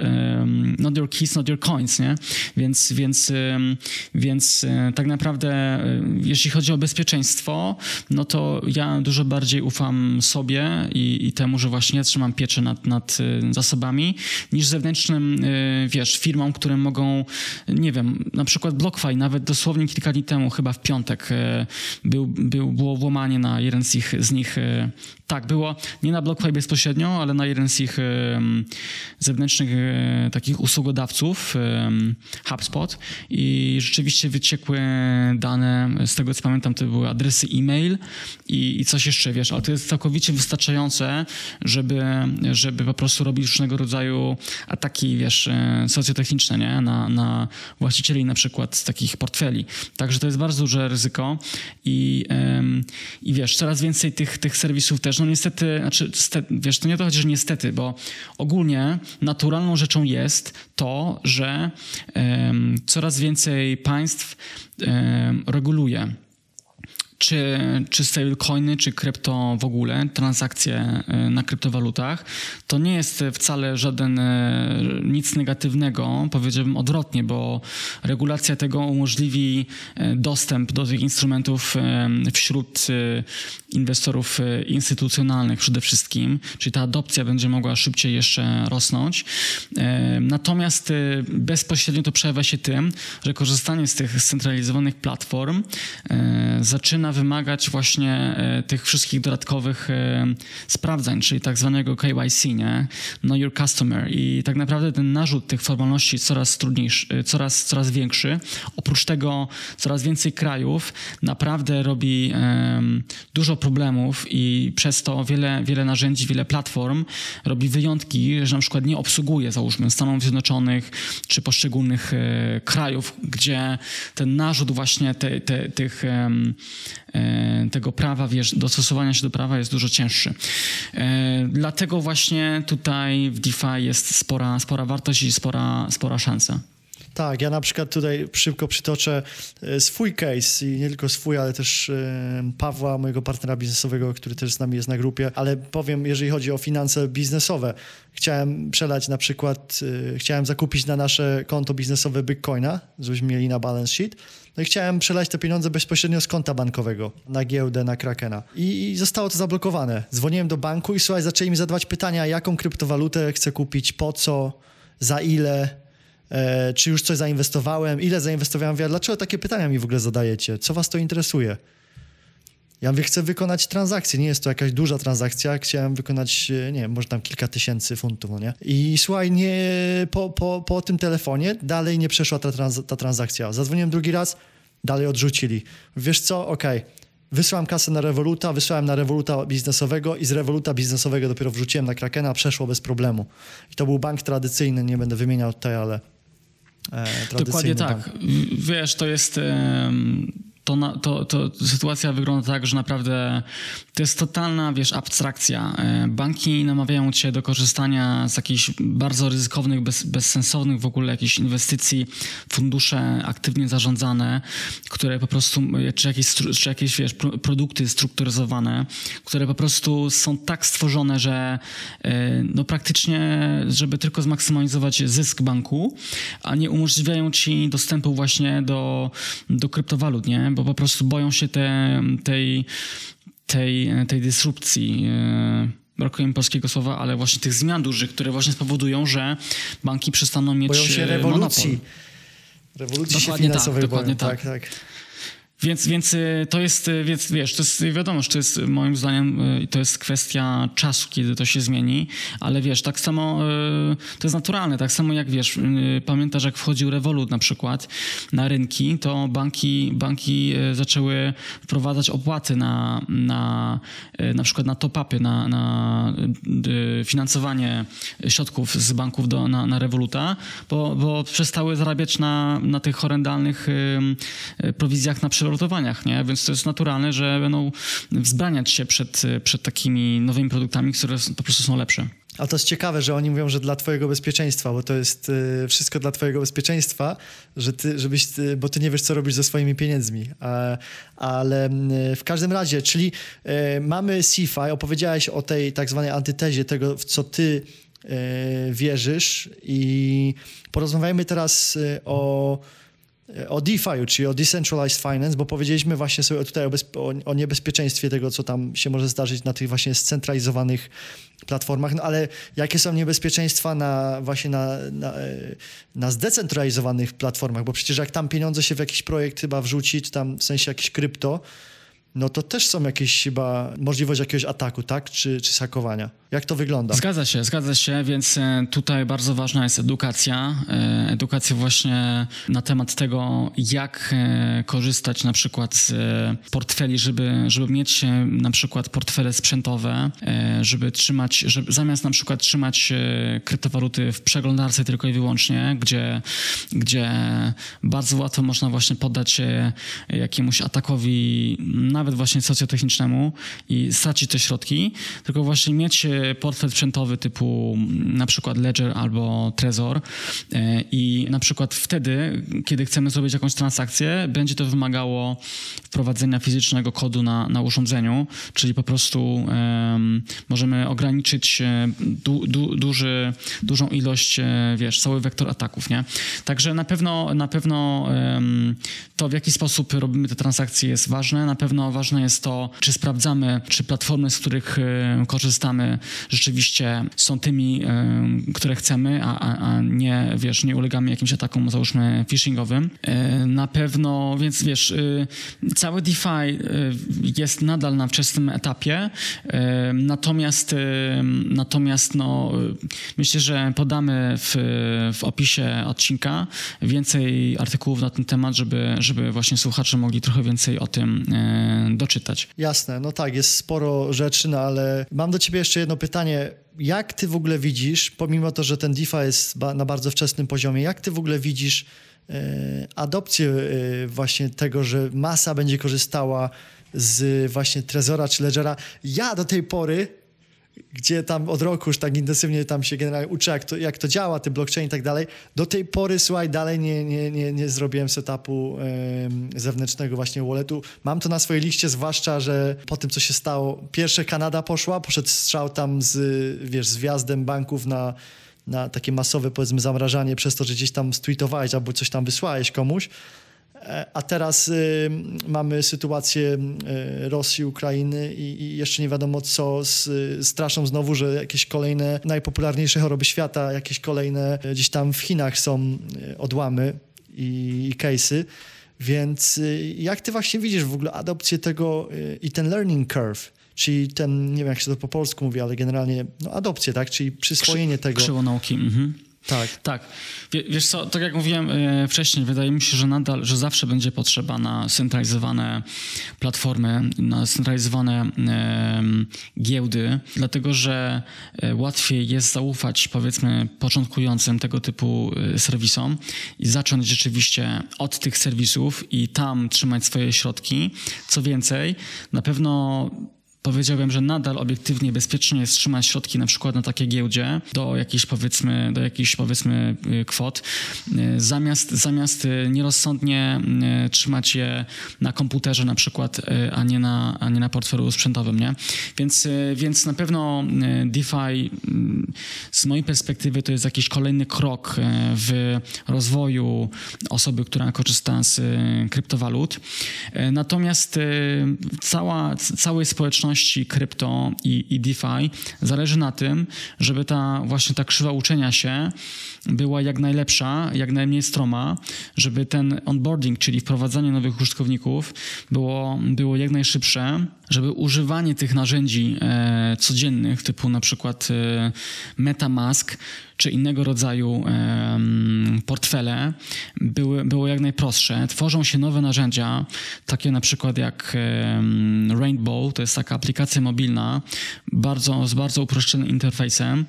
not your keys, not your coins, nie? Więc, więc, więc tak naprawdę jeśli chodzi o bezpieczeństwo, no to ja dużo bardziej ufam sobie i, i temu, że właśnie ja trzymam pieczę nad, nad zasobami, niż zewnętrznym, wiesz, firmom, które mogą, nie wiem, na przykład BlockFi, nawet dosłownie kilka dni temu, chyba w piątek, był, był, było włamanie na jeden z, ich, z nich, tak, było nie na BlockFi bezpośrednio, ale na jeden z ich zewnętrznych takich usługodawców, HubSpot, i rzeczywiście wyciekły dane, z tego co pamiętam, to były adresy e-mail i, i coś jeszcze, wiesz, ale to jest całkowicie wystarczające, żeby, żeby po prostu robić różnego rodzaju ataki, wiesz, socjotechniczne, nie? Na, na właścicieli na przykład z takich portfeli. Także to jest bardzo duże ryzyko i, ym, i wiesz, coraz więcej tych, tych serwisów też, no niestety, znaczy, wiesz, to nie o to chodzi, że niestety, bo ogólnie naturalną rzeczą jest to, że ym, coraz więcej państw ym, reguluje czy, czy stablecoiny, czy krypto w ogóle, transakcje na kryptowalutach, to nie jest wcale żaden nic negatywnego, powiedziałbym odwrotnie, bo regulacja tego umożliwi dostęp do tych instrumentów wśród inwestorów instytucjonalnych przede wszystkim, czyli ta adopcja będzie mogła szybciej jeszcze rosnąć. Natomiast bezpośrednio to przejawia się tym, że korzystanie z tych scentralizowanych platform zaczyna wymagać właśnie e, tych wszystkich dodatkowych e, sprawdzań, czyli tak zwanego K Y C, nie? Know your customer. I tak naprawdę ten narzut tych formalności coraz trudniejszy, coraz, coraz większy. Oprócz tego coraz więcej krajów naprawdę robi e, dużo problemów i przez to wiele, wiele narzędzi, wiele platform robi wyjątki, że na przykład nie obsługuje, załóżmy, Stanów Zjednoczonych czy poszczególnych e, krajów, gdzie ten narzut właśnie te, te, tych e, tego prawa, wiesz, dostosowania się do prawa jest dużo cięższy. E, dlatego właśnie tutaj w DeFi jest spora, spora wartość i spora, spora szansa. Tak, ja na przykład tutaj szybko przytoczę swój case i nie tylko swój, ale też Pawła, mojego partnera biznesowego, który też z nami jest na grupie, ale powiem, jeżeli chodzi o finanse biznesowe, chciałem przelać na przykład, chciałem zakupić na nasze konto biznesowe Bitcoina, żebyśmy mieli na balance sheet, no i chciałem przelać te pieniądze bezpośrednio z konta bankowego na giełdę, na Krakena. I zostało to zablokowane. Dzwoniłem do banku i słuchaj, zaczęli mi zadawać pytania, jaką kryptowalutę chcę kupić, po co, za ile, e, czy już coś zainwestowałem, ile zainwestowałem. Ja, dlaczego takie pytania mi w ogóle zadajecie? Co was to interesuje? Ja mówię, chcę wykonać transakcję, nie jest to jakaś duża transakcja, chciałem wykonać, nie wiem, może tam kilka tysięcy funtów, no nie? I słuchaj, nie, po, po, po tym telefonie dalej nie przeszła ta, trans, ta transakcja. Zadzwoniłem drugi raz, dalej odrzucili. Wiesz co, okej, okay. Wysłałem kasę na Revoluta, wysłałem na Revoluta biznesowego i z Revoluta biznesowego dopiero wrzuciłem na Krakena, przeszło bez problemu. I to był bank tradycyjny, nie będę wymieniał tutaj, ale e, tradycyjny Dokładnie tak. Bank. Wiesz, to jest... Um... To, na, to, to sytuacja wygląda tak, że naprawdę to jest totalna, wiesz, abstrakcja. Banki namawiają cię do korzystania z jakichś bardzo ryzykownych, bez, bezsensownych w ogóle jakichś inwestycji, fundusze aktywnie zarządzane, które po prostu, czy jakieś, czy jakieś wiesz, produkty strukturyzowane, które po prostu są tak stworzone, że no praktycznie, żeby tylko zmaksymalizować zysk banku, a nie umożliwiają ci dostępu właśnie do, do kryptowalut, nie? Bo po prostu boją się te, tej, tej, tej dysrupcji, brakuje mi polskiego słowa, ale właśnie tych zmian dużych, które właśnie spowodują, że banki przestaną mieć boją się rewolucji. monopol. Rewolucji dokładnie finansowej tak, dokładnie boją. tak. tak, tak. Więc, więc to jest, więc wiesz, to jest wiadomo, że to jest moim zdaniem to jest kwestia czasu, kiedy to się zmieni, ale wiesz, tak samo to jest naturalne, tak samo jak wiesz, pamiętasz jak wchodził Revolut na przykład na rynki, to banki, banki zaczęły wprowadzać opłaty na, na, na przykład na top-upy, na, na finansowanie środków z banków do, na, na Revoluta, bo, bo przestały zarabiać na, na tych horrendalnych prowizjach na przelotowaniach, nie? Więc to jest naturalne, że będą wzbraniać się przed, przed takimi nowymi produktami, które po prostu są lepsze. Ale to jest ciekawe, że oni mówią, że dla twojego bezpieczeństwa, bo to jest y, wszystko dla twojego bezpieczeństwa, że ty, żebyś ty, bo ty nie wiesz, co robisz ze swoimi pieniędzmi. A, ale y, w każdym razie, czyli y, mamy C F I, opowiedziałeś o tej tak zwanej antytezie tego, w co ty y, wierzysz i porozmawiajmy teraz y, o o DeFi, czyli o Decentralized Finance, bo powiedzieliśmy właśnie sobie tutaj o, bezp- o, o niebezpieczeństwie tego, co tam się może zdarzyć na tych właśnie scentralizowanych platformach, no ale jakie są niebezpieczeństwa na właśnie na, na, na zdecentralizowanych platformach, bo przecież jak tam pieniądze się w jakiś projekt chyba wrzuci, czy tam w sensie jakieś krypto, no to też są jakieś chyba możliwość jakiegoś ataku, tak? Czy, czy hakowania. Jak to wygląda? Zgadza się, zgadza się, więc tutaj bardzo ważna jest edukacja. Edukacja właśnie na temat tego, jak korzystać na przykład z portfeli, żeby, żeby mieć na przykład portfele sprzętowe, żeby trzymać, żeby zamiast na przykład trzymać kryptowaluty w przeglądarce tylko i wyłącznie, gdzie, gdzie bardzo łatwo można właśnie poddać się jakiemuś atakowi, nawet właśnie socjotechnicznemu i stracić te środki, tylko właśnie mieć portfel sprzętowy typu na przykład Ledger albo Trezor i na przykład wtedy, kiedy chcemy zrobić jakąś transakcję, będzie to wymagało wprowadzenia fizycznego kodu na, na urządzeniu, czyli po prostu um, możemy ograniczyć du, du, duży, dużą ilość, wiesz, cały wektor ataków, nie? Także na pewno, na pewno um, to, w jaki sposób robimy te transakcje jest ważne. Na pewno ważne jest to, czy sprawdzamy, czy platformy, z których um, korzystamy, rzeczywiście są tymi, y, które chcemy, a, a, a nie, wiesz, nie ulegamy jakimś atakom, załóżmy, phishingowym. Y, na pewno, więc wiesz, y, cały DeFi y, jest nadal na wczesnym etapie, y, natomiast, y, natomiast no, y, myślę, że podamy w, w opisie odcinka więcej artykułów na ten temat, żeby, żeby właśnie słuchacze mogli trochę więcej o tym y, doczytać. Jasne, no tak, jest sporo rzeczy, no ale mam do ciebie jeszcze jedno pytanie. Jak ty w ogóle widzisz, pomimo to, że ten DeFi jest ba- na bardzo wczesnym poziomie, jak ty w ogóle widzisz e, adopcję e, właśnie tego, że masa będzie korzystała z właśnie Trezora czy Ledgera? Ja do tej pory, gdzie tam od roku już tak intensywnie tam się generalnie uczę, jak to, jak to działa, te blockchain i tak dalej, do tej pory, słuchaj, dalej nie, nie, nie, nie zrobiłem setupu e, zewnętrznego właśnie walletu. Mam to na swojej liście, zwłaszcza, że po tym, co się stało, pierwsze Kanada poszła, poszedł strzał tam z, wiesz, z wjazdem banków na, na takie masowe, powiedzmy, zamrażanie przez to, że gdzieś tam stweetowałeś albo coś tam wysłałeś komuś. A teraz y, mamy sytuację y, Rosji, Ukrainy i, i jeszcze nie wiadomo co, z, straszą znowu, że jakieś kolejne najpopularniejsze choroby świata, jakieś kolejne y, gdzieś tam w Chinach są y, odłamy i, i case'y. Więc y, jak ty właśnie widzisz w ogóle adopcję tego y, i ten learning curve, czyli ten, nie wiem jak się to po polsku mówi, ale generalnie no, adopcję, tak? Czyli przyswojenie Krzy- tego. Krzywo nauki, mhm. Tak. Tak. W, wiesz co, tak jak mówiłem e, wcześniej, wydaje mi się, że nadal, że zawsze będzie potrzeba na scentralizowane platformy, na scentralizowane e, giełdy, dlatego że e, łatwiej jest zaufać, powiedzmy, początkującym tego typu e, serwisom i zacząć rzeczywiście od tych serwisów i tam trzymać swoje środki. Co więcej, na pewno powiedziałbym, że nadal obiektywnie bezpiecznie jest trzymać środki na przykład na takiej giełdzie do jakichś powiedzmy, do jakichś powiedzmy kwot, zamiast, zamiast nierozsądnie trzymać je na komputerze na przykład, a nie na, a nie na portfelu sprzętowym, nie? Więc, więc na pewno DeFi z mojej perspektywy to jest jakiś kolejny krok w rozwoju osoby, która korzysta z kryptowalut. Natomiast cała, całej społeczności płatności, krypto i, i DeFi zależy na tym, żeby ta właśnie ta krzywa uczenia się była jak najlepsza, jak najmniej stroma, żeby ten onboarding, czyli wprowadzanie nowych użytkowników było, było jak najszybsze, żeby używanie tych narzędzi e, codziennych, typu na przykład e, MetaMask, czy innego rodzaju e, portfele były, było jak najprostsze. Tworzą się nowe narzędzia, takie na przykład jak e, Rainbow, to jest taka aplikacja mobilna bardzo, z bardzo uproszczonym interfejsem,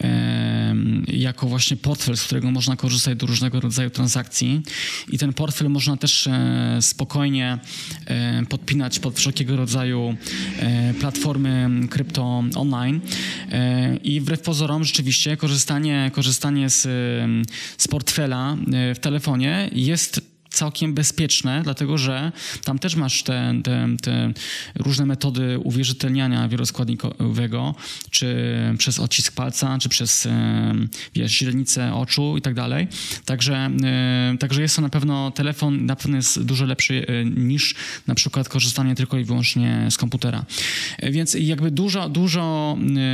e, jako właśnie portfel, z którego można korzystać do różnego rodzaju transakcji i ten portfel można też e, spokojnie e, podpinać pod wszelkiego rodzaju e, platformy krypto online e, i wbrew pozorom rzeczywiście korzystanie korzystanie z, z portfela w telefonie jest całkiem bezpieczne, dlatego że tam też masz te, te, te różne metody uwierzytelniania wieloskładnikowego, czy przez odcisk palca, czy przez wiesz, źrenicę oczu i tak dalej. Także, także jest to na pewno, telefon na pewno jest dużo lepszy niż na przykład korzystanie tylko i wyłącznie z komputera. Więc jakby dużo, dużo,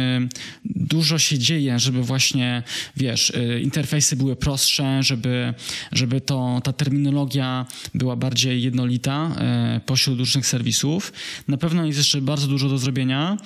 dużo się dzieje, żeby właśnie, wiesz, interfejsy były prostsze, żeby, żeby to, ta terminologia była bardziej jednolita e, pośród różnych serwisów. Na pewno jest jeszcze bardzo dużo do zrobienia,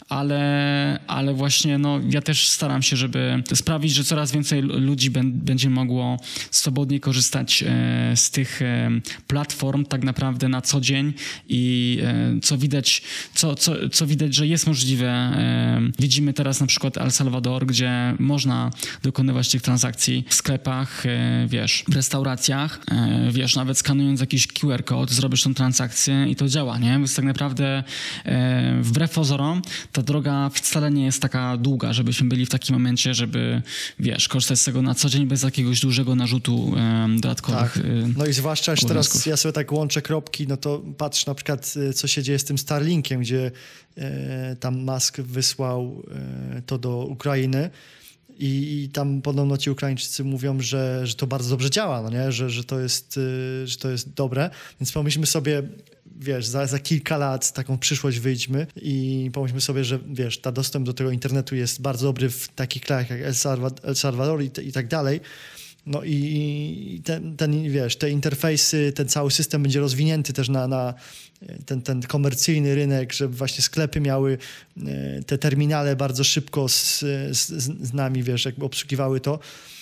ale, ale właśnie no, ja też staram się, żeby sprawić, że coraz więcej ludzi b- będzie mogło swobodnie korzystać e, z tych e, platform tak naprawdę na co dzień i e, co widać, co, co, co widać, że jest możliwe. E, widzimy teraz na przykład El Salvador, gdzie można dokonywać tych transakcji w sklepach, e, wiesz, w restauracjach, e, wiesz, nawet skanując jakiś Q R kod, zrobisz tą transakcję i to działa, nie? Więc tak naprawdę e, wbrew pozorom ta droga wcale nie jest taka długa, żebyśmy byli w takim momencie, żeby, wiesz, korzystać z tego na co dzień bez jakiegoś dużego narzutu e, dodatkowych. Tak. No i zwłaszcza, że teraz teraz ja sobie tak łączę kropki, no to patrz na przykład, co się dzieje z tym Starlinkiem, gdzie e, tam Musk wysłał e, to do Ukrainy. I, I tam podobno ci Ukraińczycy mówią, że, że to bardzo dobrze działa, no nie? Że, że, to jest, y, że to jest dobre. Więc pomyślmy sobie, wiesz, za, za kilka lat taką przyszłość wyjdźmy i pomyślmy sobie, że wiesz, ta dostęp do tego internetu jest bardzo dobry w takich krajach jak El Salvador, El Salvador i, te, i tak dalej. No i ten, ten, wiesz, te interfejsy, ten cały system będzie rozwinięty też na, na ten, ten komercyjny rynek, żeby właśnie sklepy miały te terminale bardzo szybko z, z, z nami, wiesz, jakby obsługiwały to.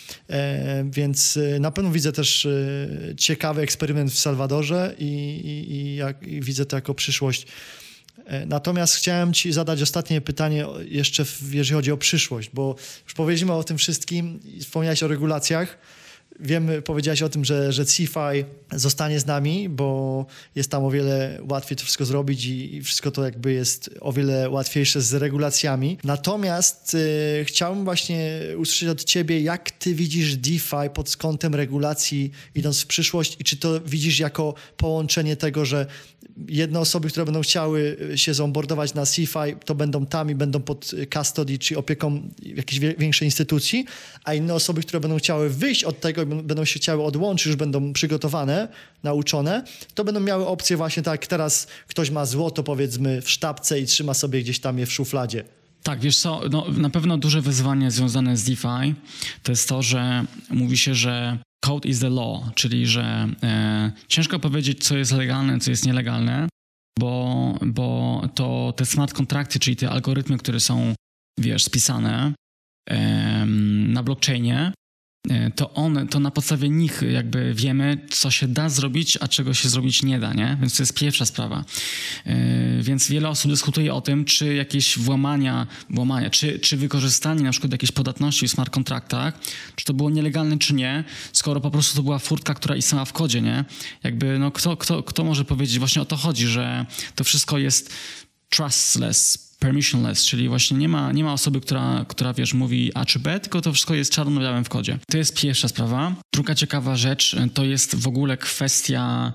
E, więc na pewno widzę też ciekawy eksperyment w Salwadorze i, i, i, jak, i widzę to jako przyszłość. Natomiast chciałem ci zadać ostatnie pytanie jeszcze, jeżeli chodzi o przyszłość, bo już powiedzieliśmy o tym wszystkim, wspomniałeś o regulacjach. Wiemy, powiedziałeś o tym, że, że C F I zostanie z nami, bo jest tam o wiele łatwiej to wszystko zrobić i, i wszystko to jakby jest o wiele łatwiejsze z regulacjami. Natomiast y, chciałbym właśnie usłyszeć od ciebie, jak ty widzisz DeFi pod kątem regulacji idąc w przyszłość i czy to widzisz jako połączenie tego, że jedne osoby, które będą chciały się zonboardować na C F I, to będą tam i będą pod custody, czy opieką jakiejś większej instytucji, a inne osoby, które będą chciały wyjść od tego i będą się chciały odłączyć, już będą przygotowane, nauczone, to będą miały opcję właśnie tak, jak teraz ktoś ma złoto, powiedzmy, w sztabce i trzyma sobie gdzieś tam je w szufladzie. Tak, wiesz co, no, na pewno duże wyzwanie związane z DeFi to jest to, że mówi się, że code is the law, czyli że e, ciężko powiedzieć, co jest legalne, co jest nielegalne, bo, bo to te smart kontrakty, czyli te algorytmy, które są, wiesz, spisane e, na blockchainie, to one, to na podstawie nich jakby wiemy, co się da zrobić, a czego się zrobić nie da, nie? Więc to jest pierwsza sprawa. Yy, więc wiele osób dyskutuje o tym, czy jakieś włamania, włamania czy, czy wykorzystanie na przykład jakiejś podatności w smart kontraktach, czy to było nielegalne, czy nie, skoro po prostu to była furtka, która istniała w kodzie, nie? Jakby, no kto, kto, kto może powiedzieć, właśnie o to chodzi, że to wszystko jest trustless, permissionless, czyli właśnie nie ma, nie ma osoby, która, która, wiesz, mówi A czy B, tylko to wszystko jest czarno na białym w kodzie. To jest pierwsza sprawa. Druga ciekawa rzecz to jest w ogóle kwestia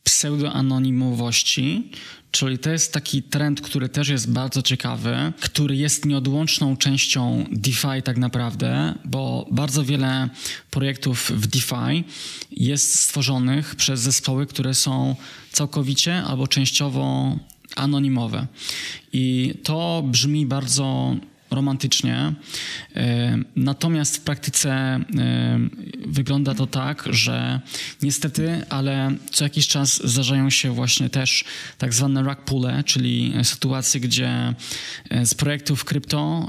pseudoanonimowości, czyli to jest taki trend, który też jest bardzo ciekawy, który jest nieodłączną częścią DeFi tak naprawdę, bo bardzo wiele projektów w DeFi jest stworzonych przez zespoły, które są całkowicie albo częściowo anonimowe. I to brzmi bardzo romantycznie, natomiast w praktyce wygląda to tak, że niestety, ale co jakiś czas zdarzają się właśnie też tak zwane rug pulle, czyli sytuacje, gdzie z projektów krypto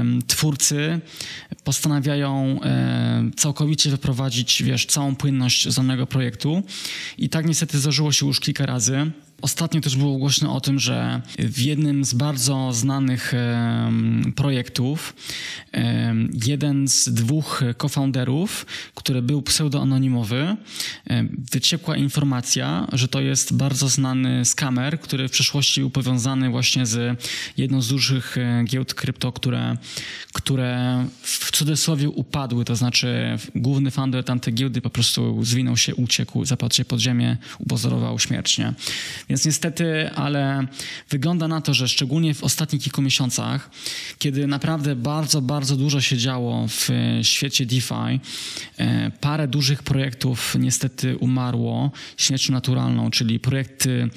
twórcy postanawiają całkowicie wyprowadzić, wiesz, całą płynność z danego projektu i tak niestety zdarzyło się już kilka razy. Ostatnio też było głośno o tym, że w jednym z bardzo znanych um, projektów um, jeden z dwóch co-founderów, który był pseudoanonimowy, um, wyciekła informacja, że to jest bardzo znany skamer, który w przeszłości był powiązany właśnie z jedną z dużych giełd krypto, które, które w cudzysłowie upadły, to znaczy główny founder tamtej giełdy po prostu zwinął się, uciekł, zapadł się pod ziemię, upozorował śmierć, nie? Więc niestety, ale wygląda na to, że szczególnie w ostatnich kilku miesiącach, kiedy naprawdę bardzo, bardzo dużo się działo w świecie DeFi, parę dużych projektów niestety umarło śmiercią naturalną, czyli projekty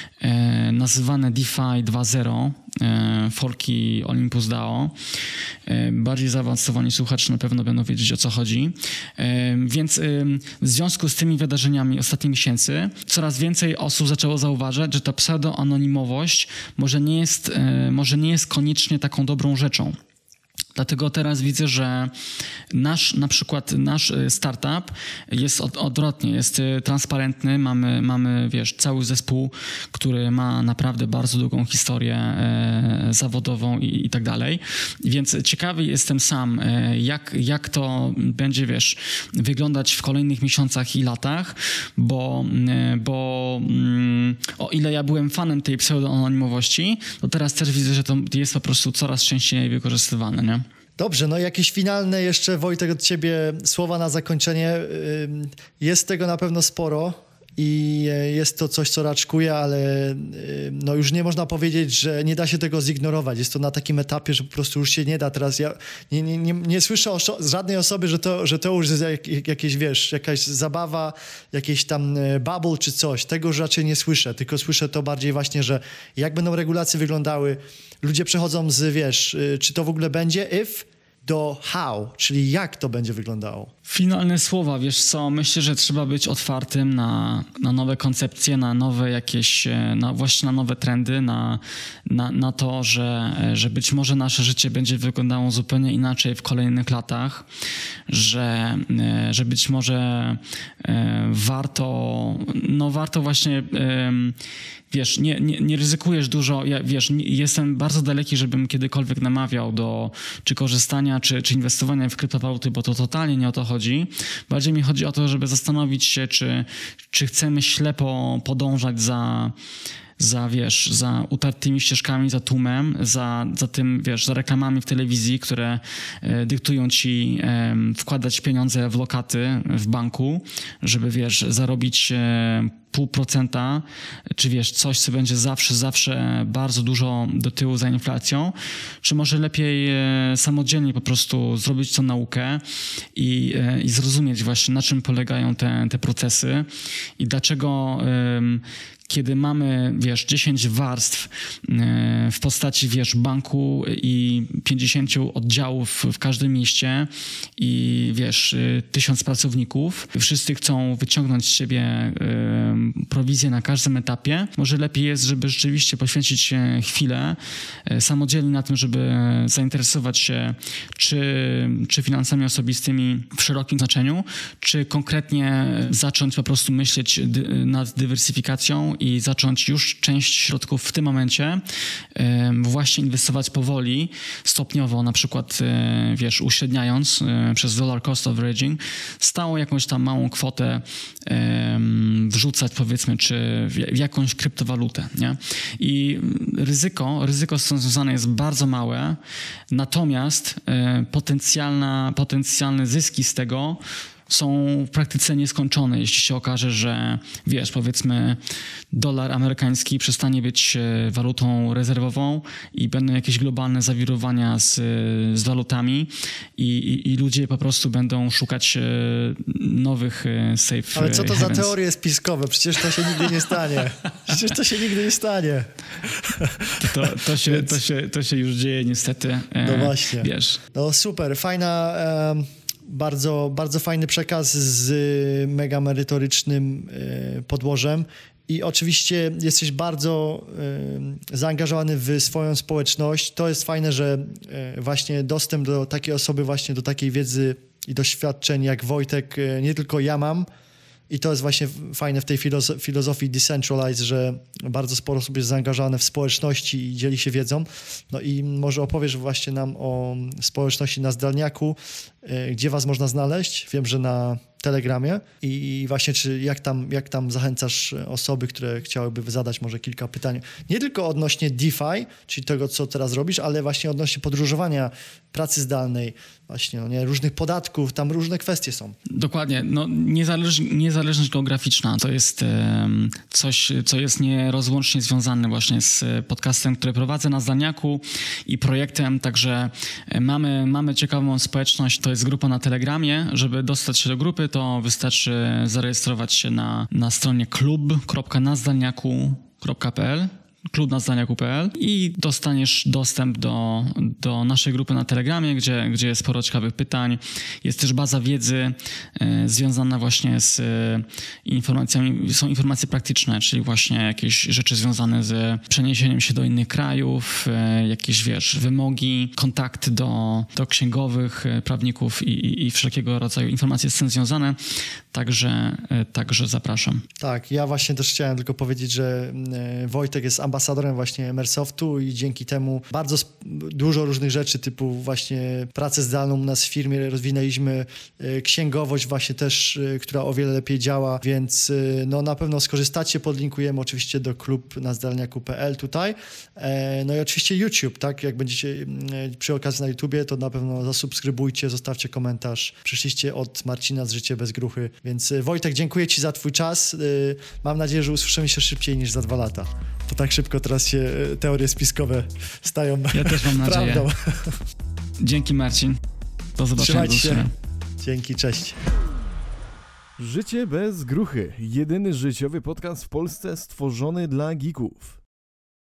nazywane DeFi dwa zero, forki Olympus DAO. Bardziej zaawansowani słuchacze na pewno będą wiedzieć, o co chodzi. Więc w związku z tymi wydarzeniami ostatnich miesięcy coraz więcej osób zaczęło zauważać, że ta pseudoanonimowość może nie jest, może nie jest koniecznie taką dobrą rzeczą. Dlatego teraz widzę, że nasz, na przykład nasz startup jest od, odwrotnie, jest transparentny, mamy, mamy, wiesz, cały zespół, który ma naprawdę bardzo długą historię e, zawodową i, i tak dalej. Więc ciekawy jestem sam, e, jak, jak to będzie, wiesz, wyglądać w kolejnych miesiącach i latach, bo, e, bo mm, o ile ja byłem fanem tej pseudoanonimowości, to teraz też widzę, że to jest po prostu coraz częściej wykorzystywane, nie? Dobrze, no jakieś finalne jeszcze, Wojtek, od ciebie słowa na zakończenie. Jest tego na pewno sporo i jest to coś, co raczkuje, ale no już nie można powiedzieć, że nie da się tego zignorować. Jest to na takim etapie, że po prostu już się nie da teraz. Ja nie, nie, nie, nie słyszę z żadnej osoby, że to, że to już jest jak, jakieś, wiesz, jakaś zabawa, jakieś tam bubble czy coś. Tego już raczej nie słyszę, tylko słyszę to bardziej właśnie, że jak będą regulacje wyglądały. Ludzie przechodzą z, wiesz, czy to w ogóle będzie if do how, czyli jak to będzie wyglądało. Finalne słowa, wiesz co, myślę, że trzeba być otwartym na, na nowe koncepcje, na nowe jakieś, na, właśnie na nowe trendy, na, na, na to, że, że być może nasze życie będzie wyglądało zupełnie inaczej w kolejnych latach, że, że być może warto, no warto właśnie, wiesz, nie, nie, nie ryzykujesz dużo, ja, wiesz, nie, jestem bardzo daleki, żebym kiedykolwiek namawiał do czy korzystania, czy, czy inwestowania w kryptowaluty, bo to totalnie nie o to chodzi. Bardziej mi chodzi o to, żeby zastanowić się, czy, czy chcemy ślepo podążać za, za, wiesz, za utartymi ścieżkami, za tłumem, za, za tym, wiesz, za reklamami w telewizji, które e, dyktują ci e, wkładać pieniądze w lokaty w banku, żeby, wiesz, zarobić e, pół procenta, czy wiesz, coś, co będzie zawsze, zawsze bardzo dużo do tyłu za inflacją, czy może lepiej e, samodzielnie po prostu zrobić tą naukę i, e, i zrozumieć właśnie, na czym polegają te, te procesy i dlaczego e, kiedy mamy, wiesz, dziesięć warstw w postaci, wiesz, banku i pięćdziesięciu oddziałów w każdym mieście i, wiesz, tysiąc pracowników, wszyscy chcą wyciągnąć z siebie prowizję na każdym etapie. Może lepiej jest, żeby rzeczywiście poświęcić się chwilę samodzielnie na tym, żeby zainteresować się czy, czy finansami osobistymi w szerokim znaczeniu, czy konkretnie zacząć po prostu myśleć dy- nad dywersyfikacją i zacząć już część środków w tym momencie właśnie inwestować powoli, stopniowo, na przykład, wiesz, uśredniając przez dollar cost averaging, stałą jakąś tam małą kwotę wrzucać, powiedzmy, czy w jakąś kryptowalutę, nie? I ryzyko, ryzyko z tym związane jest bardzo małe, natomiast potencjalna, potencjalne zyski z tego są w praktyce nieskończone, jeśli się okaże, że wiesz, powiedzmy dolar amerykański przestanie być walutą rezerwową i będą jakieś globalne zawirowania z, z walutami i, i, i ludzie po prostu będą szukać nowych safe Ale co to havens. za teorie spiskowe? Przecież to się nigdy nie stanie. Przecież to się nigdy nie stanie. To, to, się, Więc... to, się, to się już dzieje niestety. No właśnie. Wiesz. No super, fajna... Um... Bardzo, bardzo fajny przekaz z mega merytorycznym y, podłożem i oczywiście jesteś bardzo y, zaangażowany w swoją społeczność. To jest fajne, że y, właśnie dostęp do takiej osoby, właśnie do takiej wiedzy i doświadczeń jak Wojtek, y, nie tylko ja mam. I to jest właśnie fajne w tej filozo- filozofii Decentralize, że bardzo sporo osób jest zaangażowane w społeczności i dzieli się wiedzą. No i może opowiesz właśnie nam o społeczności na Zdalniaku, y, gdzie was można znaleźć. Wiem, że na Telegramie i właśnie czy jak tam, jak tam zachęcasz osoby, które chciałyby zadać może kilka pytań, nie tylko odnośnie DeFi, czyli tego, co teraz robisz, ale właśnie odnośnie podróżowania, pracy zdalnej, właśnie no nie, różnych podatków, tam różne kwestie są. Dokładnie. No, niezależ, niezależność geograficzna to jest um, coś, co jest nierozłącznie związane właśnie z podcastem, który prowadzę na Zdalniaku i projektem, także mamy, mamy ciekawą społeczność, to jest grupa na Telegramie. Żeby dostać się do grupy, to wystarczy zarejestrować się na, na stronie klub kropka na zdalniaku kropka p l klub na zdalniaku kropka p l i dostaniesz dostęp do, do naszej grupy na Telegramie, gdzie, gdzie jest sporo ciekawych pytań. Jest też baza wiedzy e, związana właśnie z e, informacjami, są informacje praktyczne, czyli właśnie jakieś rzeczy związane z przeniesieniem się do innych krajów, e, jakieś, wiesz, wymogi, kontakty do, do księgowych, e, prawników i, i, i wszelkiego rodzaju informacje z tym związane. Także, e, także zapraszam. Tak, ja właśnie też chciałem tylko powiedzieć, że e, Wojtek jest ambasadorem właśnie Emersoftu i dzięki temu bardzo sp- dużo różnych rzeczy typu właśnie pracę zdalną u nas w firmie rozwinęliśmy, y, księgowość właśnie też, y, która o wiele lepiej działa, więc y, no na pewno skorzystacie, podlinkujemy oczywiście do klub na zdalniaku kropka p l tutaj, e, no i oczywiście YouTube, tak, jak będziecie y, przy okazji na YouTubie, to na pewno zasubskrybujcie, zostawcie komentarz, przyszliście od Marcina z Życie bez gruchy, więc y, Wojtek, dziękuję ci za twój czas, y, mam nadzieję, że usłyszymy się szybciej niż za dwa lata. To tak szybko teraz się teorie spiskowe stają Ja też mam nadzieję. prawdą. Dzięki, Marcin. Do zobaczenia. Trzymajcie się. Dzięki, cześć. Życie bez gruchy. Jedyny życiowy podcast w Polsce stworzony dla geeków.